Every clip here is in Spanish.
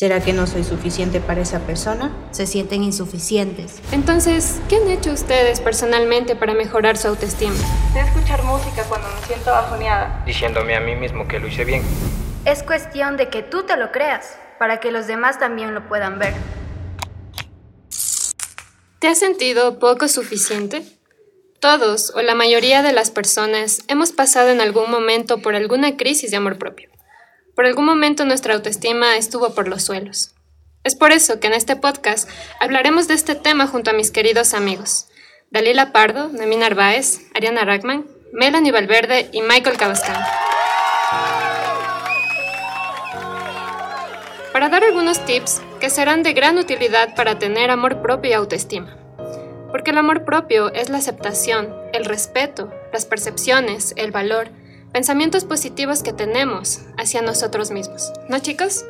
¿Será que no soy suficiente para esa persona? Se sienten insuficientes. Entonces, ¿qué han hecho ustedes personalmente para mejorar su autoestima? Sé escuchar música cuando me siento bajoneada, diciéndome a mí mismo que lo hice bien. Es cuestión de que tú te lo creas, para que los demás también lo puedan ver. ¿Te has sentido poco suficiente? Todos o la mayoría de las personas hemos pasado en algún momento por alguna crisis de amor propio. Por algún momento nuestra autoestima estuvo por los suelos. Es por eso que en este podcast hablaremos de este tema junto a mis queridos amigos Dalila Pardo, Noemí Narváez, Ariana Rackman, Melanie Valverde y Michael Cabascán. Para dar algunos tips que serán de gran utilidad para tener amor propio y autoestima. Porque el amor propio es la aceptación, el respeto, las percepciones, el valor, pensamientos positivos que tenemos hacia nosotros mismos. ¿No, chicos?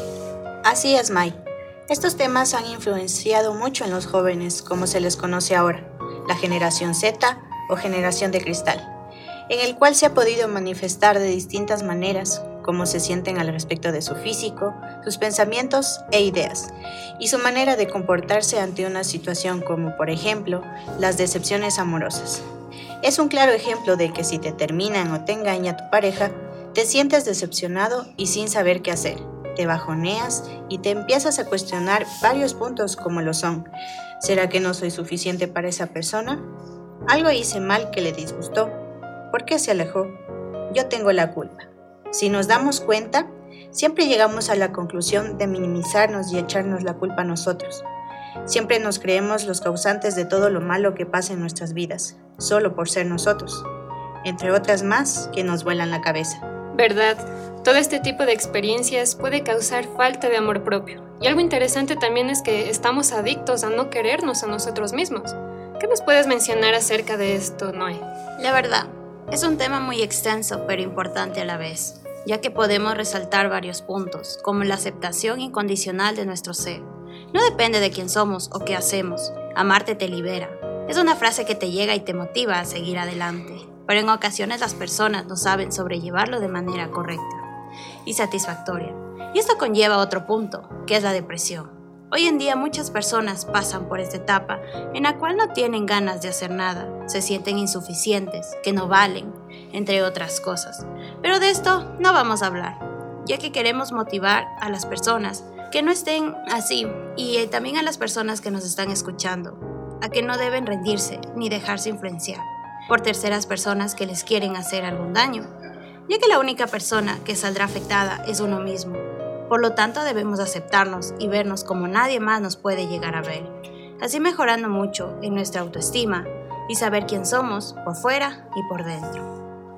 Así es, Mai. Estos temas han influenciado mucho en los jóvenes, como se les conoce ahora, la generación Z o generación de cristal, en el cual se ha podido manifestar de distintas maneras cómo se sienten al respecto de su físico, sus pensamientos e ideas, y su manera de comportarse ante una situación como, por ejemplo, las decepciones amorosas. Es un claro ejemplo de que si te terminan o te engaña tu pareja, te sientes decepcionado y sin saber qué hacer. Te bajoneas y te empiezas a cuestionar varios puntos como lo son: ¿será que no soy suficiente para esa persona? ¿Algo hice mal que le disgustó? ¿Por qué se alejó? Yo tengo la culpa. Si nos damos cuenta, siempre llegamos a la conclusión de minimizarnos y echarnos la culpa a nosotros. Siempre nos creemos los causantes de todo lo malo que pasa en nuestras vidas, solo por ser nosotros, entre otras más que nos vuelan la cabeza. ¿Verdad? Todo este tipo de experiencias puede causar falta de amor propio. Y algo interesante también es que estamos adictos a no querernos a nosotros mismos. ¿Qué nos puedes mencionar acerca de esto, Noé? La verdad, es un tema muy extenso pero importante a la vez, ya que podemos resaltar varios puntos, como la aceptación incondicional de nuestro ser. No depende de quién somos o qué hacemos, amarte te libera. Es una frase que te llega y te motiva a seguir adelante, pero en ocasiones las personas no saben sobrellevarlo de manera correcta y satisfactoria. Y esto conlleva otro punto, que es la depresión. Hoy en día muchas personas pasan por esta etapa en la cual no tienen ganas de hacer nada, se sienten insuficientes, que no valen, entre otras cosas. Pero de esto no vamos a hablar, ya que queremos motivar a las personas que no estén así y también a las personas que nos están escuchando, a que no deben rendirse ni dejarse influenciar por terceras personas que les quieren hacer algún daño, ya que la única persona que saldrá afectada es uno mismo. Por lo tanto, debemos aceptarnos y vernos como nadie más nos puede llegar a ver, así mejorando mucho en nuestra autoestima y saber quién somos por fuera y por dentro.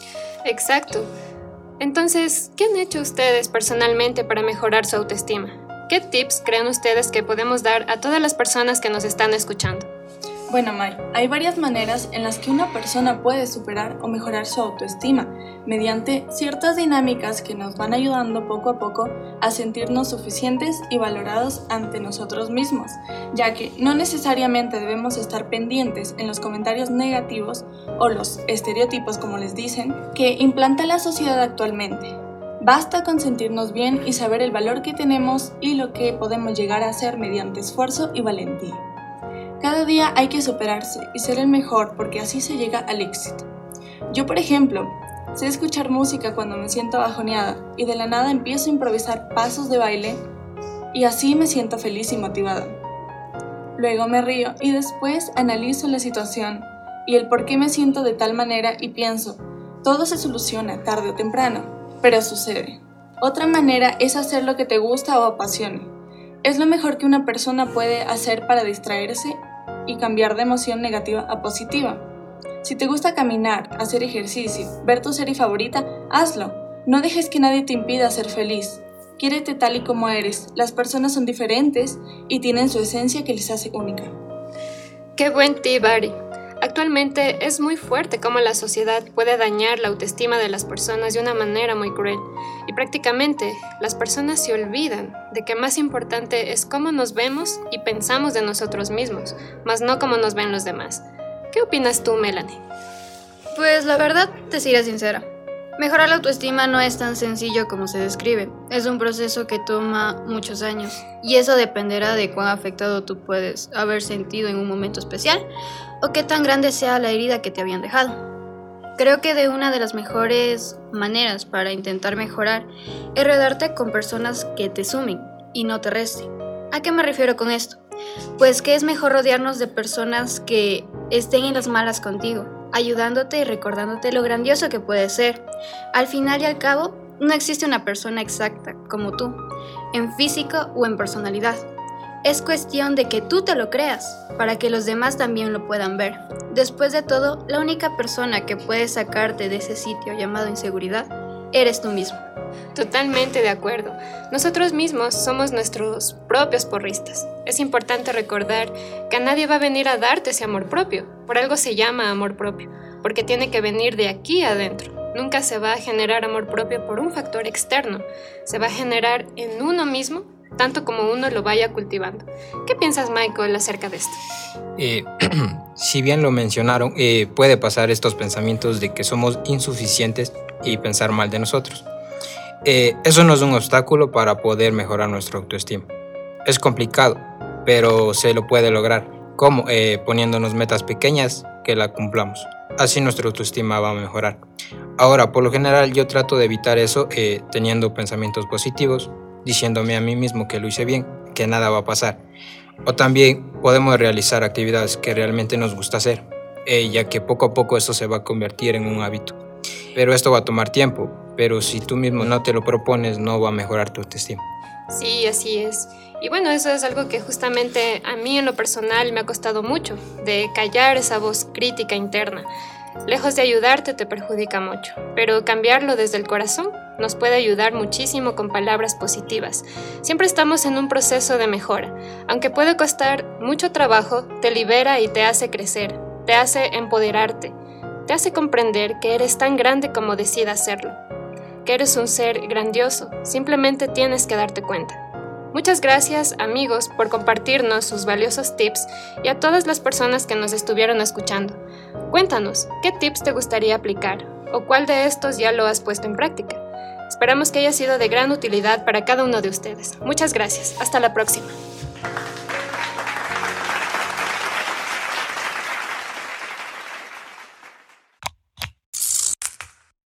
Exacto. Entonces, ¿qué han hecho ustedes personalmente para mejorar su autoestima? ¿Qué tips creen ustedes que podemos dar a todas las personas que nos están escuchando? Bueno, Mai, hay varias maneras en las que una persona puede superar o mejorar su autoestima mediante ciertas dinámicas que nos van ayudando poco a poco a sentirnos suficientes y valorados ante nosotros mismos, ya que no necesariamente debemos estar pendientes en los comentarios negativos o los estereotipos, como les dicen, que implanta la sociedad actualmente. Basta con sentirnos bien y saber el valor que tenemos y lo que podemos llegar a hacer mediante esfuerzo y valentía. Cada día hay que superarse y ser el mejor porque así se llega al éxito. Yo, por ejemplo, sé escuchar música cuando me siento bajoneada y de la nada empiezo a improvisar pasos de baile y así me siento feliz y motivada. Luego me río y después analizo la situación y el por qué me siento de tal manera y pienso, todo se soluciona tarde o temprano, pero sucede. Otra manera es hacer lo que te gusta o apasione. Es lo mejor que una persona puede hacer para distraerse y cambiar de emoción negativa a positiva. Si te gusta caminar, hacer ejercicio, ver tu serie favorita, hazlo. No dejes que nadie te impida ser feliz. Quiérete tal y como eres. Las personas son diferentes y tienen su esencia que les hace única. ¡Qué buen tip, Ari! Actualmente es muy fuerte cómo la sociedad puede dañar la autoestima de las personas de una manera muy cruel y prácticamente las personas se olvidan de que más importante es cómo nos vemos y pensamos de nosotros mismos, más no cómo nos ven los demás. ¿Qué opinas tú, Melanie? Pues la verdad, te seré sincera. Mejorar la autoestima no es tan sencillo como se describe. Es un proceso que toma muchos años y eso dependerá de cuán afectado tú puedes haber sentido en un momento especial o qué tan grande sea la herida que te habían dejado. Creo que de una de las mejores maneras para intentar mejorar es rodearte con personas que te sumen y no te resten. ¿A qué me refiero con esto? Pues que es mejor rodearnos de personas que estén en las malas contigo, ayudándote y recordándote lo grandioso que puedes ser. Al final y al cabo, no existe una persona exacta como tú, en físico o en personalidad. Es cuestión de que tú te lo creas, para que los demás también lo puedan ver. Después de todo, la única persona que puede sacarte de ese sitio llamado inseguridad, eres tú mismo. Totalmente de acuerdo. Nosotros mismos somos nuestros propios porristas. Es importante recordar que nadie va a venir a darte ese amor propio. Por algo se llama amor propio, porque tiene que venir de aquí adentro. Nunca se va a generar amor propio por un factor externo. Se va a generar en uno mismo, tanto como uno lo vaya cultivando. ¿Qué piensas, Michael, acerca de esto? Si bien lo mencionaron, puede pasar estos pensamientos de que somos insuficientes y pensar mal de nosotros. Eso no es un obstáculo para poder mejorar nuestra autoestima. Es complicado, pero se lo puede lograr. ¿Cómo? Poniéndonos metas pequeñas que la cumplamos. Así nuestra autoestima va a mejorar. Ahora, por lo general, yo trato de evitar eso teniendo pensamientos positivos, diciéndome a mí mismo que lo hice bien, que nada va a pasar. O también podemos realizar actividades que realmente nos gusta hacer, ya que poco a poco eso se va a convertir en un hábito. Pero esto va a tomar tiempo, pero si tú mismo no te lo propones, no va a mejorar tu autoestima. Sí, así es. Y bueno, eso es algo que justamente a mí en lo personal me ha costado mucho, de callar esa voz crítica interna. Lejos de ayudarte, te perjudica mucho, pero cambiarlo desde el corazón nos puede ayudar muchísimo con palabras positivas. Siempre estamos en un proceso de mejora. Aunque puede costar mucho trabajo, te libera y te hace crecer, te hace empoderarte, te hace comprender que eres tan grande como decidas serlo, que eres un ser grandioso, simplemente tienes que darte cuenta. Muchas gracias, amigos, por compartirnos sus valiosos tips y a todas las personas que nos estuvieron escuchando. Cuéntanos, ¿qué tips te gustaría aplicar? ¿O cuál de estos ya lo has puesto en práctica? Esperamos que haya sido de gran utilidad para cada uno de ustedes. Muchas gracias. Hasta la próxima.